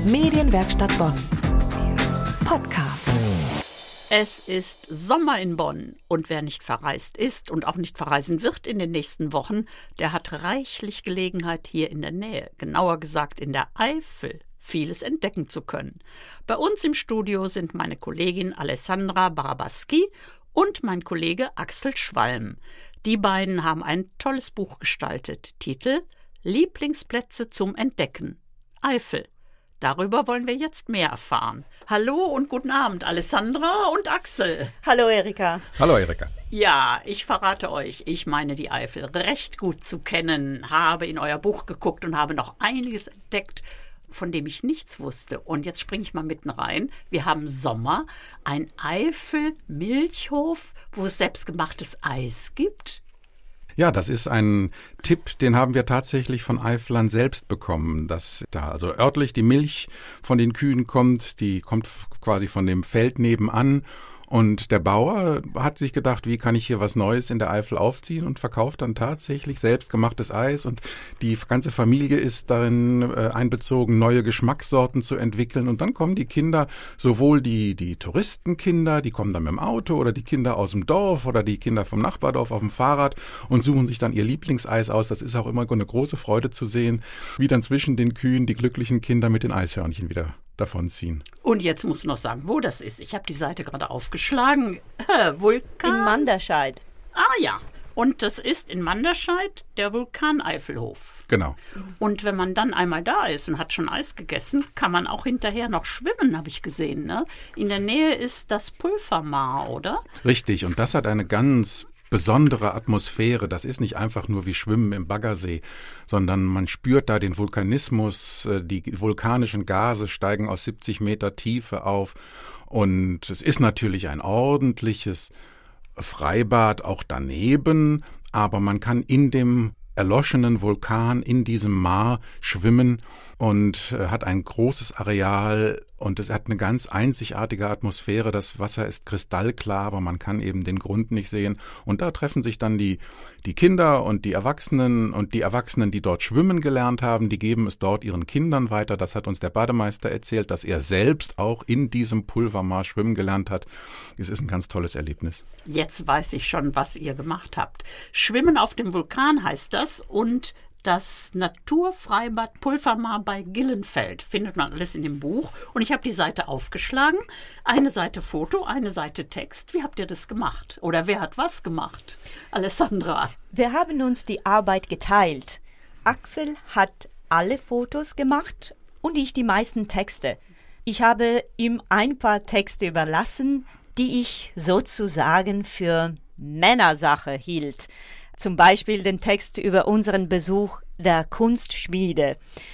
Medienwerkstatt Bonn. Podcast. Es ist Sommer in Bonn und wer nicht verreist ist und auch nicht verreisen wird in den nächsten Wochen, der hat reichlich Gelegenheit, hier in der Nähe, genauer gesagt in der Eifel, vieles entdecken zu können. Bei uns im Studio sind meine Kollegin Alessandra Barabaski und mein Kollege Axel Schwalm. Die beiden haben ein tolles Buch gestaltet. Titel: Lieblingsplätze zum Entdecken. Eifel. Darüber wollen wir jetzt mehr erfahren. Hallo und guten Abend, Alessandra und Axel. Hallo Erika. Hallo Erika. Ja, ich verrate euch, ich meine die Eifel recht gut zu kennen, habe in euer Buch geguckt und habe noch einiges entdeckt, von dem ich nichts wusste. Und jetzt springe ich mal mitten rein. Wir haben Sommer, ein Eifel-Milchhof, wo es selbstgemachtes Eis gibt. Ja, das ist ein Tipp, den haben wir tatsächlich von Eiflern selbst bekommen, dass da also örtlich die Milch von den Kühen kommt, die kommt quasi von dem Feld nebenan. Und der Bauer hat sich gedacht, wie kann ich hier was Neues in der Eifel aufziehen und verkauft dann tatsächlich selbstgemachtes Eis. Und die ganze Familie ist darin einbezogen, neue Geschmackssorten zu entwickeln. Und dann kommen die Kinder, sowohl die Touristenkinder, die kommen dann mit dem Auto oder die Kinder aus dem Dorf oder die Kinder vom Nachbardorf auf dem Fahrrad und suchen sich dann ihr Lieblingseis aus. Das ist auch immer eine große Freude zu sehen, wie dann zwischen den Kühen die glücklichen Kinder mit den Eishörnchen wieder davonziehen. Und jetzt musst du noch sagen, wo das ist. Ich habe die Seite gerade aufgeschlagen. Vulkan. In Manderscheid. Ah ja. Und das ist in Manderscheid der Vulkan Eifelhof. Genau. Und wenn man dann einmal da ist und hat schon Eis gegessen, kann man auch hinterher noch schwimmen, habe ich gesehen. Ne? In der Nähe ist das Pulvermaar, oder? Richtig. Und das hat eine ganz besondere Atmosphäre. Das ist nicht einfach nur wie Schwimmen im Baggersee, sondern man spürt da den Vulkanismus, die vulkanischen Gase steigen aus 70 Meter Tiefe auf und es ist natürlich ein ordentliches Freibad auch daneben, aber man kann in dem erloschenen Vulkan, in diesem Maar schwimmen und hat ein großes Areal und es hat eine ganz einzigartige Atmosphäre. Das Wasser ist kristallklar, aber man kann eben den Grund nicht sehen. Und da treffen sich dann die Kinder und die Erwachsenen, die dort schwimmen gelernt haben, die geben es dort ihren Kindern weiter. Das hat uns der Bademeister erzählt, dass er selbst auch in diesem Pulvermaar schwimmen gelernt hat. Es ist ein ganz tolles Erlebnis. Jetzt weiß ich schon, was ihr gemacht habt. Schwimmen auf dem Vulkan heißt das und das Naturfreibad Pulvermaar bei Gillenfeld findet man alles in dem Buch. Und ich habe die Seite aufgeschlagen. Eine Seite Foto, eine Seite Text. Wie habt ihr das gemacht? Oder wer hat was gemacht? Alessandra. Wir haben uns die Arbeit geteilt. Axel hat alle Fotos gemacht und ich die meisten Texte. Ich habe ihm ein paar Texte überlassen, die ich sozusagen für Männersache hielt. Zum Beispiel den Text über unseren Besuch der Kunstschmiede.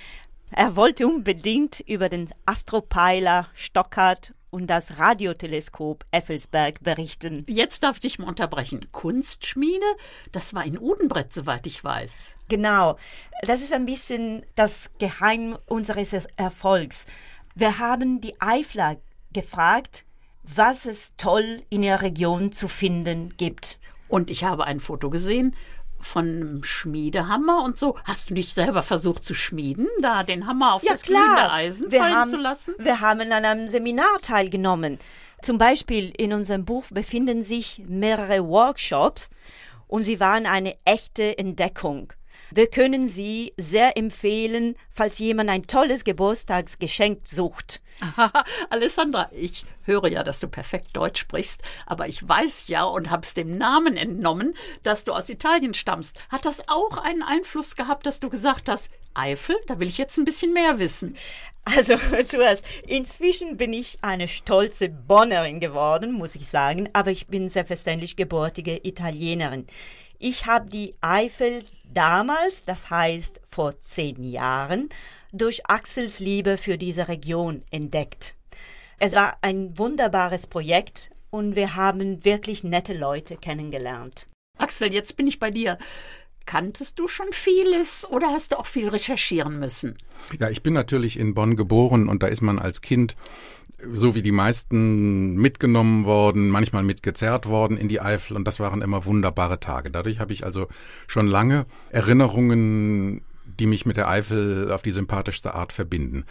Er wollte unbedingt über den Astropeiler Stockart und das Radioteleskop Effelsberg berichten. Jetzt darf ich dich mal unterbrechen. Kunstschmiede? Das war in Odenbrett, soweit ich weiß. Genau. Das ist ein bisschen das Geheim unseres Erfolgs. Wir haben die Eifler gefragt, was es toll in ihrer Region zu finden gibt. Und ich habe ein Foto gesehen von einem Schmiedehammer und so. Hast du dich selber versucht zu schmieden, da den Hammer auf das glühende Eisen fallen zu lassen? Wir haben an einem Seminar teilgenommen. Zum Beispiel in unserem Buch befinden sich mehrere Workshops und sie waren eine echte Entdeckung. Wir können sie sehr empfehlen, falls jemand ein tolles Geburtstagsgeschenk sucht. Alessandra, ich höre ja, dass du perfekt Deutsch sprichst, aber ich weiß ja und habe es dem Namen entnommen, dass du aus Italien stammst. Hat das auch einen Einfluss gehabt, dass du gesagt hast, Eifel, da will ich jetzt ein bisschen mehr wissen? Also zuerst, inzwischen bin ich eine stolze Bonnerin geworden, muss ich sagen, aber ich bin selbstverständlich gebürtige Italienerin. Ich habe die Eifel damals, das heißt vor 10 Jahren, durch Axels Liebe für diese Region entdeckt. Es war ein wunderbares Projekt und wir haben wirklich nette Leute kennengelernt. Axel, jetzt bin ich bei dir. Kanntest du schon vieles oder hast du auch viel recherchieren müssen? Ja, ich bin natürlich in Bonn geboren und da ist man als Kind, so wie die meisten, mitgenommen worden, manchmal mitgezerrt worden in die Eifel und das waren immer wunderbare Tage. Dadurch habe ich also schon lange Erinnerungen, die mich mit der Eifel auf die sympathischste Art verbinden.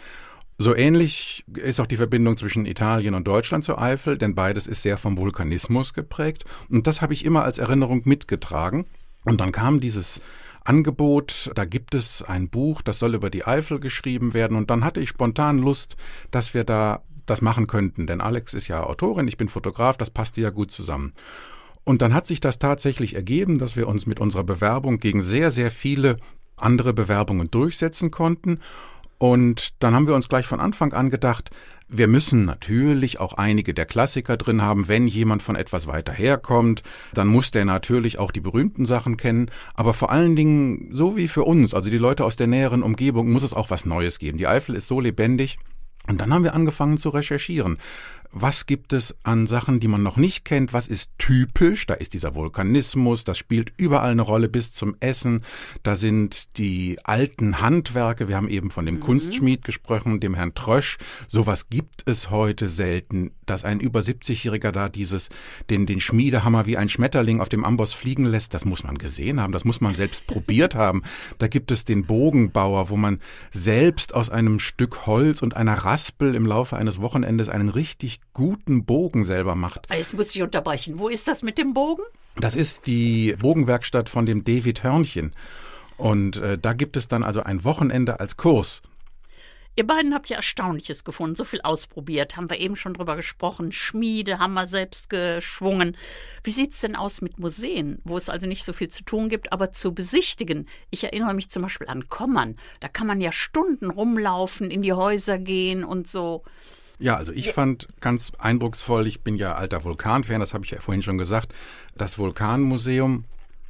So ähnlich ist auch die Verbindung zwischen Italien und Deutschland zur Eifel, denn beides ist sehr vom Vulkanismus geprägt. Und das habe ich immer als Erinnerung mitgetragen. Und dann kam dieses Angebot, da gibt es ein Buch, das soll über die Eifel geschrieben werden. Und dann hatte ich spontan Lust, dass wir da das machen könnten. Denn Alex ist ja Autorin, ich bin Fotograf, das passte ja gut zusammen. Und dann hat sich das tatsächlich ergeben, dass wir uns mit unserer Bewerbung gegen sehr, sehr viele andere Bewerbungen durchsetzen konnten. Und dann haben wir uns gleich von Anfang an gedacht, wir müssen natürlich auch einige der Klassiker drin haben. Wenn jemand von etwas weiter herkommt, dann muss der natürlich auch die berühmten Sachen kennen. Aber vor allen Dingen, so wie für uns, also die Leute aus der näheren Umgebung, muss es auch was Neues geben. Die Eifel ist so lebendig. Und dann haben wir angefangen zu recherchieren. Was gibt es an Sachen, die man noch nicht kennt? Was ist typisch? Da ist dieser Vulkanismus, das spielt überall eine Rolle bis zum Essen. Da sind die alten Handwerke. Wir haben eben von dem Kunstschmied gesprochen, dem Herrn Trösch. Sowas gibt es heute selten, dass ein über 70-Jähriger da den Schmiedehammer wie ein Schmetterling auf dem Amboss fliegen lässt. Das muss man gesehen haben, das muss man selbst probiert haben. Da gibt es den Bogenbauer, wo man selbst aus einem Stück Holz und einer Raspel im Laufe eines Wochenendes einen richtig guten Bogen selber macht. Jetzt muss ich unterbrechen. Wo ist das mit dem Bogen? Das ist die Bogenwerkstatt von dem David Hörnchen. Und da gibt es dann also ein Wochenende als Kurs. Ihr beiden habt ja Erstaunliches gefunden, so viel ausprobiert, haben wir eben schon drüber gesprochen, Schmiede haben wir selbst geschwungen. Wie sieht's denn aus mit Museen, wo es also nicht so viel zu tun gibt, aber zu besichtigen? Ich erinnere mich zum Beispiel an Kommern, da kann man ja Stunden rumlaufen, in die Häuser gehen und so. Ja, also ich fand ganz eindrucksvoll, ich bin ja alter Vulkan-Fan, das habe ich ja vorhin schon gesagt, das Vulkanmuseum,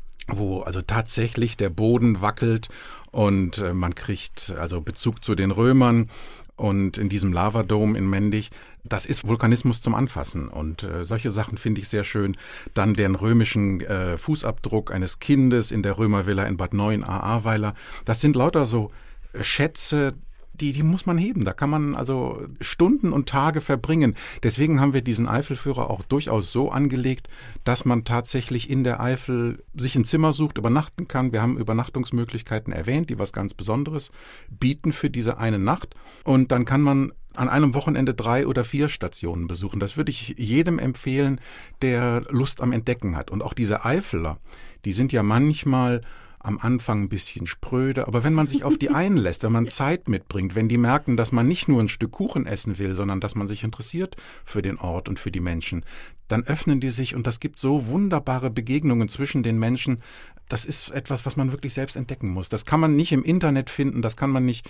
wo also tatsächlich der Boden wackelt und man kriegt also Bezug zu den Römern und in diesem Lavadom in Mendig, das ist Vulkanismus zum Anfassen und solche Sachen finde ich sehr schön. Dann den römischen Fußabdruck eines Kindes in der Römervilla in Bad Neuenahr-Ahrweiler, das sind lauter so Schätze, die muss man heben. Da kann man also Stunden und Tage verbringen. Deswegen haben wir diesen Eifelführer auch durchaus so angelegt, dass man tatsächlich in der Eifel sich ein Zimmer sucht, übernachten kann. Wir haben Übernachtungsmöglichkeiten erwähnt, die was ganz Besonderes bieten für diese eine Nacht. Und dann kann man an einem Wochenende 3 oder 4 Stationen besuchen. Das würde ich jedem empfehlen, der Lust am Entdecken hat. Und auch diese Eifeler, die sind ja manchmal am Anfang ein bisschen spröde, aber wenn man sich auf die einlässt, wenn man Zeit mitbringt, wenn die merken, dass man nicht nur ein Stück Kuchen essen will, sondern dass man sich interessiert für den Ort und für die Menschen, dann öffnen die sich und das gibt so wunderbare Begegnungen zwischen den Menschen. Das ist etwas, was man wirklich selbst entdecken muss. Das kann man nicht im Internet finden, das kann man nicht,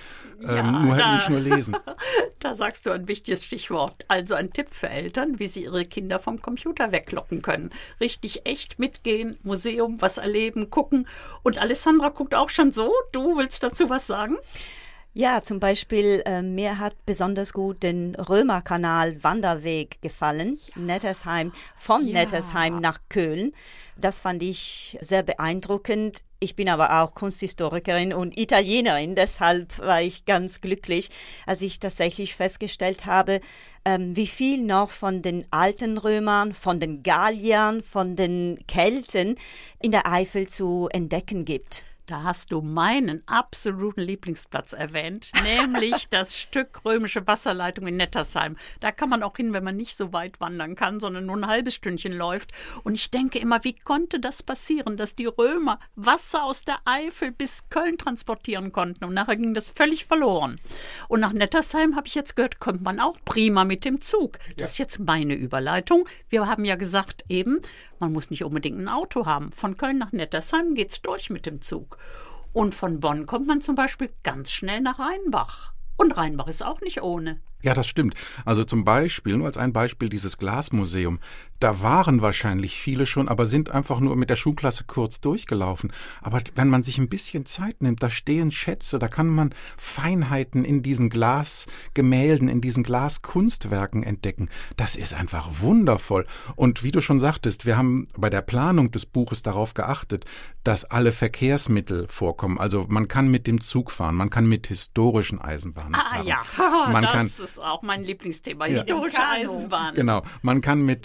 nicht nur lesen. Da sagst du ein wichtiges Stichwort. Also ein Tipp für Eltern, wie sie ihre Kinder vom Computer weglocken können. Richtig echt mitgehen, Museum, was erleben, gucken. Und Alessandra guckt auch schon so. Du willst dazu was sagen? Ja, zum Beispiel, mir hat besonders gut den Römerkanal-Wanderweg gefallen, Nettersheim, von Nettersheim nach Köln. Das fand ich sehr beeindruckend. Ich bin aber auch Kunsthistorikerin und Italienerin, deshalb war ich ganz glücklich, als ich tatsächlich festgestellt habe, wie viel noch von den alten Römern, von den Galliern, von den Kelten in der Eifel zu entdecken gibt. Da hast du meinen absoluten Lieblingsplatz erwähnt, nämlich das Stück römische Wasserleitung in Nettersheim. Da kann man auch hin, wenn man nicht so weit wandern kann, sondern nur ein halbes Stündchen läuft. Und ich denke immer, wie konnte das passieren, dass die Römer Wasser aus der Eifel bis Köln transportieren konnten? Und nachher ging das völlig verloren. Und nach Nettersheim, habe ich jetzt gehört, kommt man auch prima mit dem Zug. Das ist jetzt meine Überleitung. Wir haben ja gesagt eben, man muss nicht unbedingt ein Auto haben. Von Köln nach Nettersheim geht's durch mit dem Zug. Und von Bonn kommt man zum Beispiel ganz schnell nach Rheinbach. Und Rheinbach ist auch nicht ohne. Ja, das stimmt. Also zum Beispiel, nur als ein Beispiel, dieses Glasmuseum. Da waren wahrscheinlich viele schon, aber sind einfach nur mit der Schulklasse kurz durchgelaufen. Aber wenn man sich ein bisschen Zeit nimmt, da stehen Schätze, da kann man Feinheiten in diesen Glasgemälden, in diesen Glaskunstwerken entdecken. Das ist einfach wundervoll. Und wie du schon sagtest, wir haben bei der Planung des Buches darauf geachtet, dass alle Verkehrsmittel vorkommen. Also man kann mit dem Zug fahren, man kann mit historischen Eisenbahnen fahren. Ja, das ist auch mein Lieblingsthema, historische Eisenbahn. Genau, man kann mit dem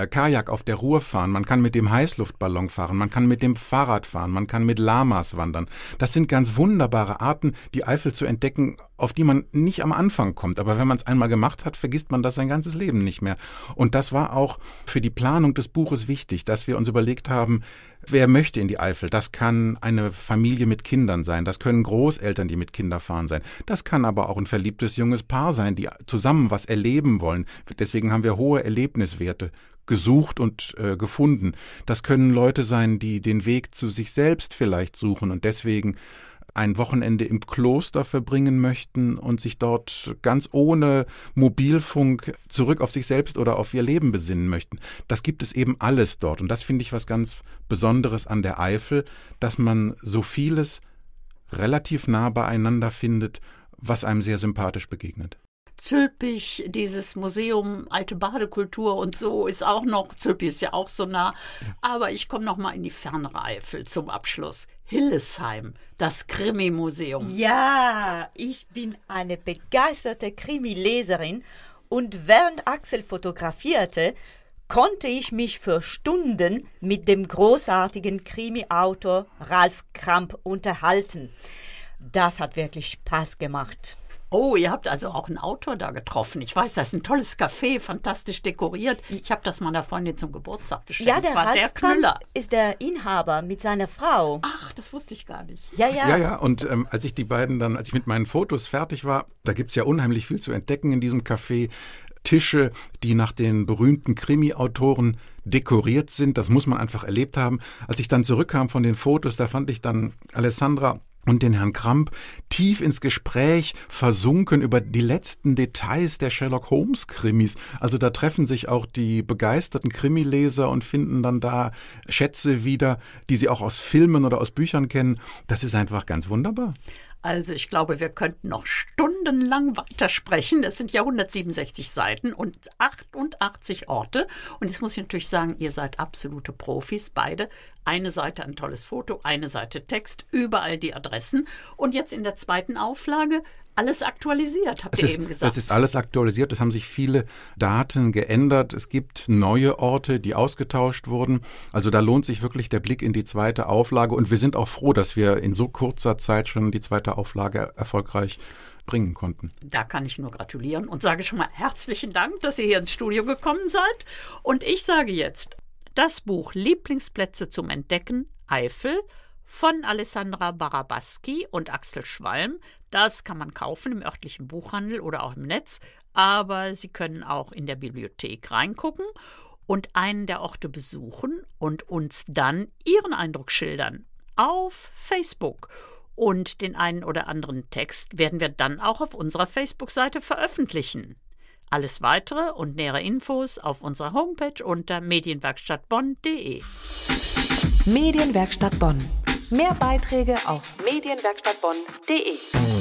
Kajak auf der Ruhr fahren, man kann mit dem Heißluftballon fahren, man kann mit dem Fahrrad fahren, man kann mit Lamas wandern. Das sind ganz wunderbare Arten, die Eifel zu entdecken, auf die man nicht am Anfang kommt. Aber wenn man es einmal gemacht hat, vergisst man das sein ganzes Leben nicht mehr. Und das war auch für die Planung des Buches wichtig, dass wir uns überlegt haben, wer möchte in die Eifel? Das kann eine Familie mit Kindern sein, das können Großeltern, die mit Kindern fahren sein. Das kann aber auch ein verliebtes junges Paar sein, die zusammen was erleben wollen. Deswegen haben wir hohe Erlebniswerte gesucht und gefunden. Das können Leute sein, die den Weg zu sich selbst vielleicht suchen und deswegen ein Wochenende im Kloster verbringen möchten und sich dort ganz ohne Mobilfunk zurück auf sich selbst oder auf ihr Leben besinnen möchten. Das gibt es eben alles dort. Und das finde ich was ganz Besonderes an der Eifel, dass man so vieles relativ nah beieinander findet, was einem sehr sympathisch begegnet. Zülpich, dieses Museum Alte Badekultur und so ist auch noch, Zülpich ist ja auch so nah, aber ich komme noch mal in die fernere Eifel zum Abschluss. Hillesheim, das Krimi-Museum. Ja, ich bin eine begeisterte Krimi-Leserin und während Axel fotografierte, konnte ich mich für Stunden mit dem großartigen Krimi-Autor Ralf Kramp unterhalten. Das hat wirklich Spaß gemacht. Oh, ihr habt also auch einen Autor da getroffen. Ich weiß, das ist ein tolles Café, fantastisch dekoriert. Ich habe das meiner Freundin zum Geburtstag geschenkt. Ja, der Ralf Kramp ist der Inhaber mit seiner Frau. Ach, das wusste ich gar nicht. Ja. Und als ich mit meinen Fotos fertig war, da gibt's ja unheimlich viel zu entdecken in diesem Café. Tische, die nach den berühmten Krimi-Autoren dekoriert sind. Das muss man einfach erlebt haben. Als ich dann zurückkam von den Fotos, da fand ich dann Alessandra und den Herrn Kramp tief ins Gespräch versunken über die letzten Details der Sherlock-Holmes-Krimis. Also da treffen sich auch die begeisterten Krimileser und finden dann da Schätze wieder, die sie auch aus Filmen oder aus Büchern kennen. Das ist einfach ganz wunderbar. Also ich glaube, wir könnten noch stundenlang weitersprechen. Es sind ja 167 Seiten und 88 Orte. Und jetzt muss ich natürlich sagen, ihr seid absolute Profis, beide. Eine Seite ein tolles Foto, eine Seite Text, überall die Adressen. Und jetzt in der zweiten Auflage alles aktualisiert, habt ihr eben gesagt. Es ist alles aktualisiert, es haben sich viele Daten geändert. Es gibt neue Orte, die ausgetauscht wurden. Also da lohnt sich wirklich der Blick in die zweite Auflage. Und wir sind auch froh, dass wir in so kurzer Zeit schon die zweite Auflage erfolgreich bringen konnten. Da kann ich nur gratulieren und sage schon mal herzlichen Dank, dass ihr hier ins Studio gekommen seid. Und ich sage jetzt, das Buch Lieblingsplätze zum Entdecken, Eifel, von Alessandra Barabaski und Axel Schwalm. Das kann man kaufen im örtlichen Buchhandel oder auch im Netz, aber Sie können auch in der Bibliothek reingucken und einen der Orte besuchen und uns dann Ihren Eindruck schildern auf Facebook. Und den einen oder anderen Text werden wir dann auch auf unserer Facebook-Seite veröffentlichen. Alles Weitere und nähere Infos auf unserer Homepage unter medienwerkstattbonn.de. Medienwerkstatt Bonn. Mehr Beiträge auf medienwerkstattbonn.de.